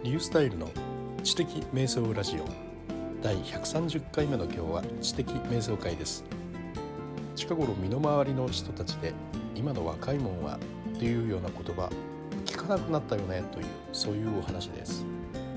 リュースタイルの知的瞑想ラジオ第130回目の今日は知的瞑想会です。近頃身の回りの人たちで今の若いもんはというような言葉聞かなくなったよねというそういうお話です。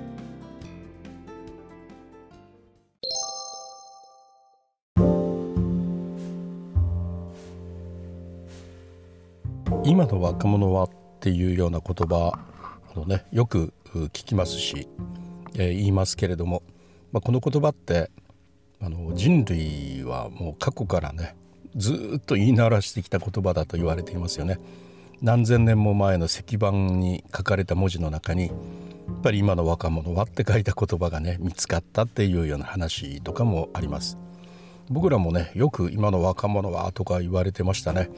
今の若者はっていうような言葉よく聞きますし、言いますけれども、この言葉って人類はもう過去からねずっと言い鳴らしてきた言葉だと言われていますよね。何千年も前の石板に書かれた文字の中にやっぱり今の若者はって書いた言葉がね見つかったっていうような話とかもあります。僕らもねよく今の若者はとか言われてましたね。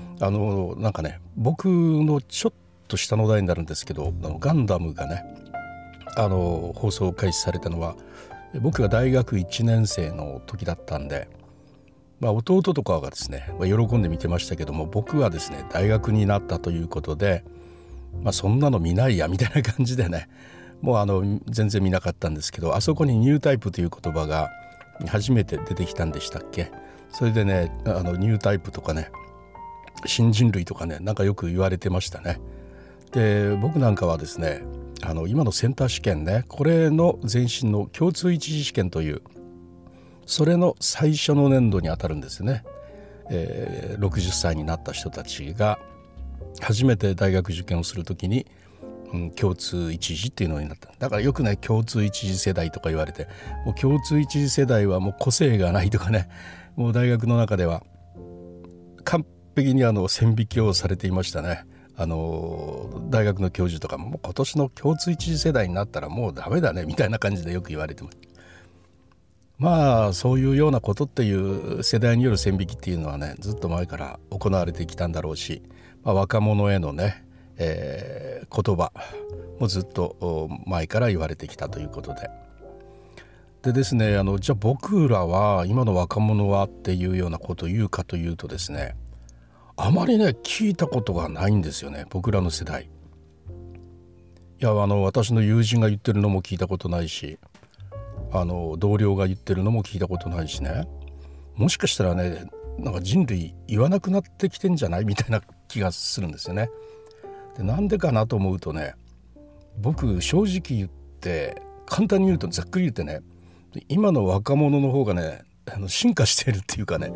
僕のちょっと下の代になるんですけどガンダムがね放送開始されたのは僕が大学1年生の時だったんで、弟とかがですね喜んで見てましたけども、僕はですね大学になったということで、そんなの見ないやみたいな感じでねもう全然見なかったんですけど、あそこにニュータイプという言葉が初めて出てきたんでしたっけ。それでねニュータイプとかね新人類とかねよく言われてましたね。で僕なんかはですね今のセンター試験ね、これの前身の共通一次試験というそれの最初の年度にあたるんですね。60歳になった人たちが初めて大学受験をするときに、共通一次っていうのになった。だからよくね共通一次世代とか言われて、もう共通一次世代はもう個性がないとかね、もう大学の中では完璧に線引きをされていましたね。大学の教授とかも今年の共通一次世代になったらもうダメだねみたいな感じでよく言われてます。そういうようなことっていう世代による線引きっていうのはねずっと前から行われてきたんだろうし、若者へのね、言葉もずっと前から言われてきたということでですね、じゃあ僕らは今の若者はっていうようなことを言うかというとですね、あまりね聞いたことがないんですよね、僕らの世代。いや私の友人が言ってるのも聞いたことないし、同僚が言ってるのも聞いたことないしね、もしかしたらね人類言わなくなってきてんじゃないみたいな気がするんですよね。でなんでかなと思うとね、僕正直言って簡単に言うとざっくり言ってね、今の若者の方がね進化しているっていうかね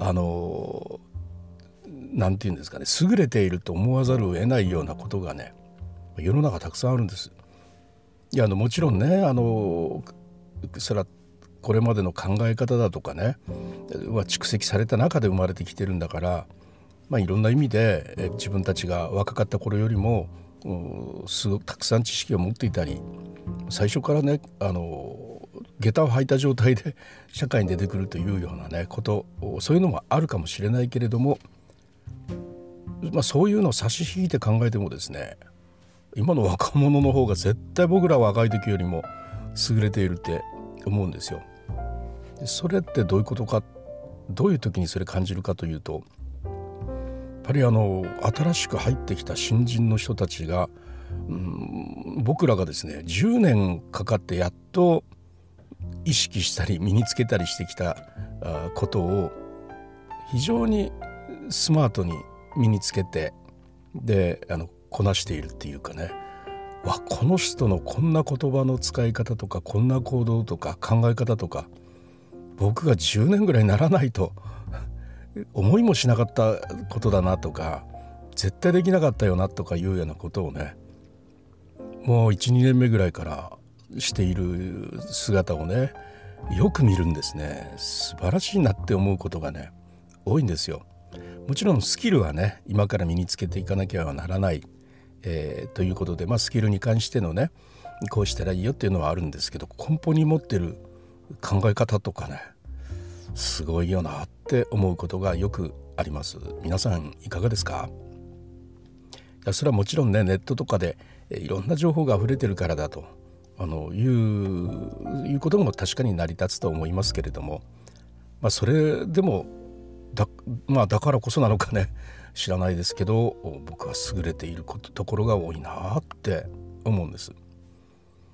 なんていうんですかね、優れていると思わざるを得ないようなことがね世の中たくさんあるんです。いやもちろんねそれはこれまでの考え方だとかねは蓄積された中で生まれてきてるんだから、いろんな意味で自分たちが若かった頃よりもすごくたくさん知識を持っていたり、最初からね下駄を履いた状態で社会に出てくるというようなねことそういうのもあるかもしれないけれども、そういうのを差し引いて考えてもですね、今の若者の方が絶対僕ら若い時よりも優れているって思うんですよ。それってどういうことか、どういう時にそれ感じるかというと、やっぱり新しく入ってきた新人の人たちが、僕らがですね10年かかってやっと意識したり身につけたりしてきたことを非常にスマートに身につけてでこなしているっていうかね、この人のこんな言葉の使い方とかこんな行動とか考え方とか僕が10年ぐらいにならないと思いもしなかったことだなとか絶対できなかったよなとかいうようなことをねもう 1,2 年目ぐらいからしている姿をねよく見るんですね。素晴らしいなって思うことがね多いんですよ。もちろんスキルはね今から身につけていかなきゃならない、ということで、スキルに関してのねこうしたらいいよっていうのはあるんですけど、根本に持ってる考え方とかねすごいよなって思うことがよくあります。皆さんいかがですか？いやそれはもちろんねネットとかでいろんな情報が溢れてるからだということも確かに成り立つと思いますけれども、それでもだからこそなのかね知らないですけど僕は優れているところが多いなって思うんです。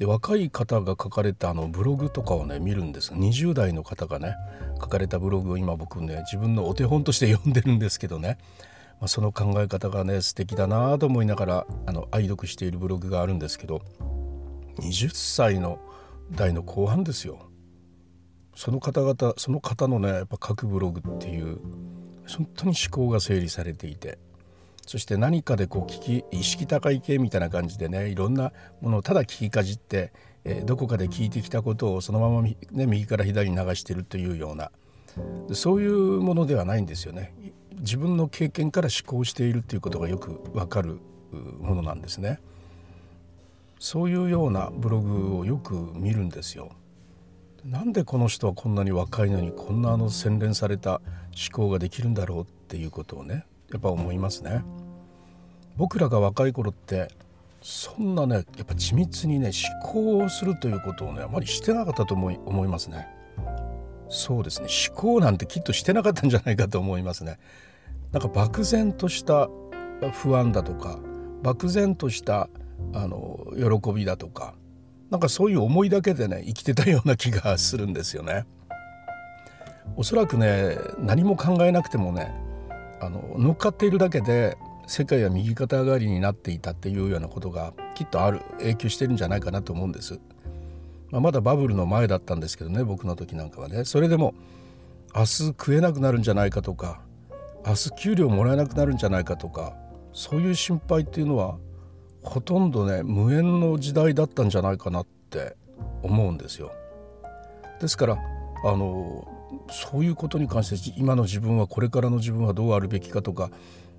で若い方が書かれたブログとかをね見るんです。20代の方がね書かれたブログを今僕ね自分のお手本として読んでるんですけどね、その考え方がね素敵だなと思いながら愛読しているブログがあるんですけど、20歳の代の後半ですよ。その方のねやっぱ書くブログっていう本当に思考が整理されていて、そして何かで意識高い系みたいな感じでねいろんなものをただ聞きかじって、どこかで聞いてきたことをそのまま、右から左に流しているというような、そういうものではないんですよね。自分の経験から思考しているということがよくわかるものなんですね。そういうようなブログをよく見るんですよ。なんでこの人はこんなに若いのにこんな洗練された思考ができるんだろうっていうことをねやっぱ思いますね。僕らが若い頃ってそんなねやっぱ緻密にね思考をするということをねあまりしてなかったと思いますね。そうですね、思考なんてきっとしてなかったんじゃないかと思いますね。なんか漠然とした不安だとか漠然とした喜びだとか、なんかそういう思いだけでね生きてたような気がするんですよね。おそらくね何も考えなくてもね乗っかっているだけで世界は右肩上がりになっていたっていうようなことがきっと影響してるんじゃないかなと思うんです。まだバブルの前だったんですけどね、僕の時なんかはね。それでも明日食えなくなるんじゃないかとか、明日給料もらえなくなるんじゃないかとか、そういう心配っていうのはほとんどね無縁の時代だったんじゃないかなって思うんですよ。ですからそういうことに関して今の自分はこれからの自分はどうあるべきかとか、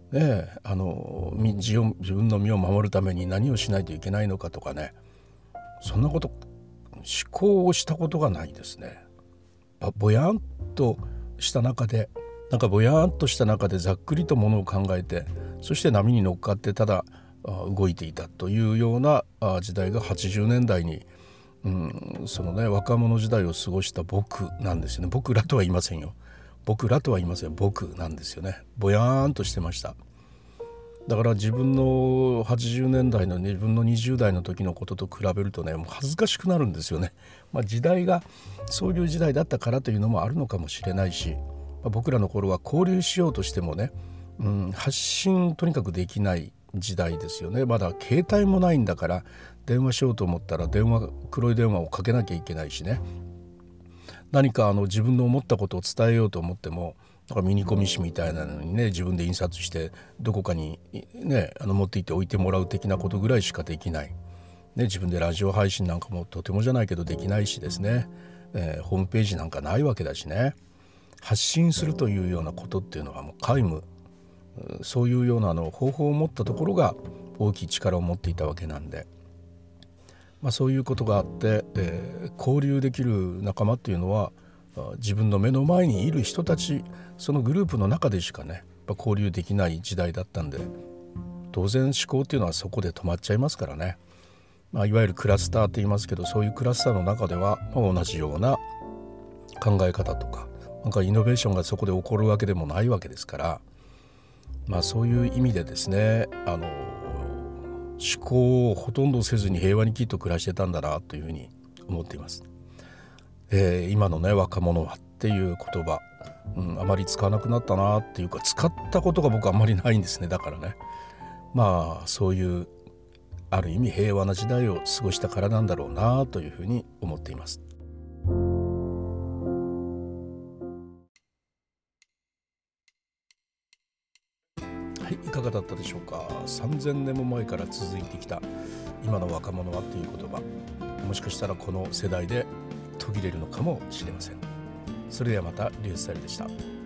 自分の身を守るために何をしないといけないのかとかね、そんなこと思考をしたことがないですね。ぼやんとした中でざっくりとものを考えて、そして波に乗っかってただ動いていたというような時代が80年代に、そのね若者時代を過ごした僕なんですよね。僕らとは言いませんよ。僕なんですよね。ぼやーんとしてました。だから自分の80年代の自分の20代の時のことと比べるとねもう恥ずかしくなるんですよね。時代がそういう時代だったからというのもあるのかもしれないし、僕らの頃は交流しようとしてもね、発信とにかくできない時代ですよね。まだ携帯もないんだから電話しようと思ったら黒い電話をかけなきゃいけないしね、何か自分の思ったことを伝えようと思ってもミニコミ紙みたいなのにね自分で印刷してどこかにね持って行って置いてもらう的なことぐらいしかできない、自分でラジオ配信なんかもとてもじゃないけどできないしですね、ホームページなんかないわけだしね、発信するというようなことっていうのはもう皆無、そういうような方法を持ったところが大きい力を持っていたわけなんで、そういうことがあって、交流できる仲間っていうのは自分の目の前にいる人たち、そのグループの中でしかね交流できない時代だったんで、当然思考っていうのはそこで止まっちゃいますからね。いわゆるクラスターって言いますけど、そういうクラスターの中では同じような考え方とかイノベーションがそこで起こるわけでもないわけですから、そういう意味でですね思考をほとんどせずに平和にきっと暮らしてたんだなというふうに思っています。今のね若者はっていう言葉、あまり使わなくなったなっていうか、使ったことが僕あんまりないんですね。だからねそういうある意味平和な時代を過ごしたからなんだろうなというふうに思っています。はい、いかがだったでしょうか。3000年も前から続いてきた今の若者はっていう言葉、もしかしたらこの世代で途切れるのかもしれません。それではまたリュースタイルでした。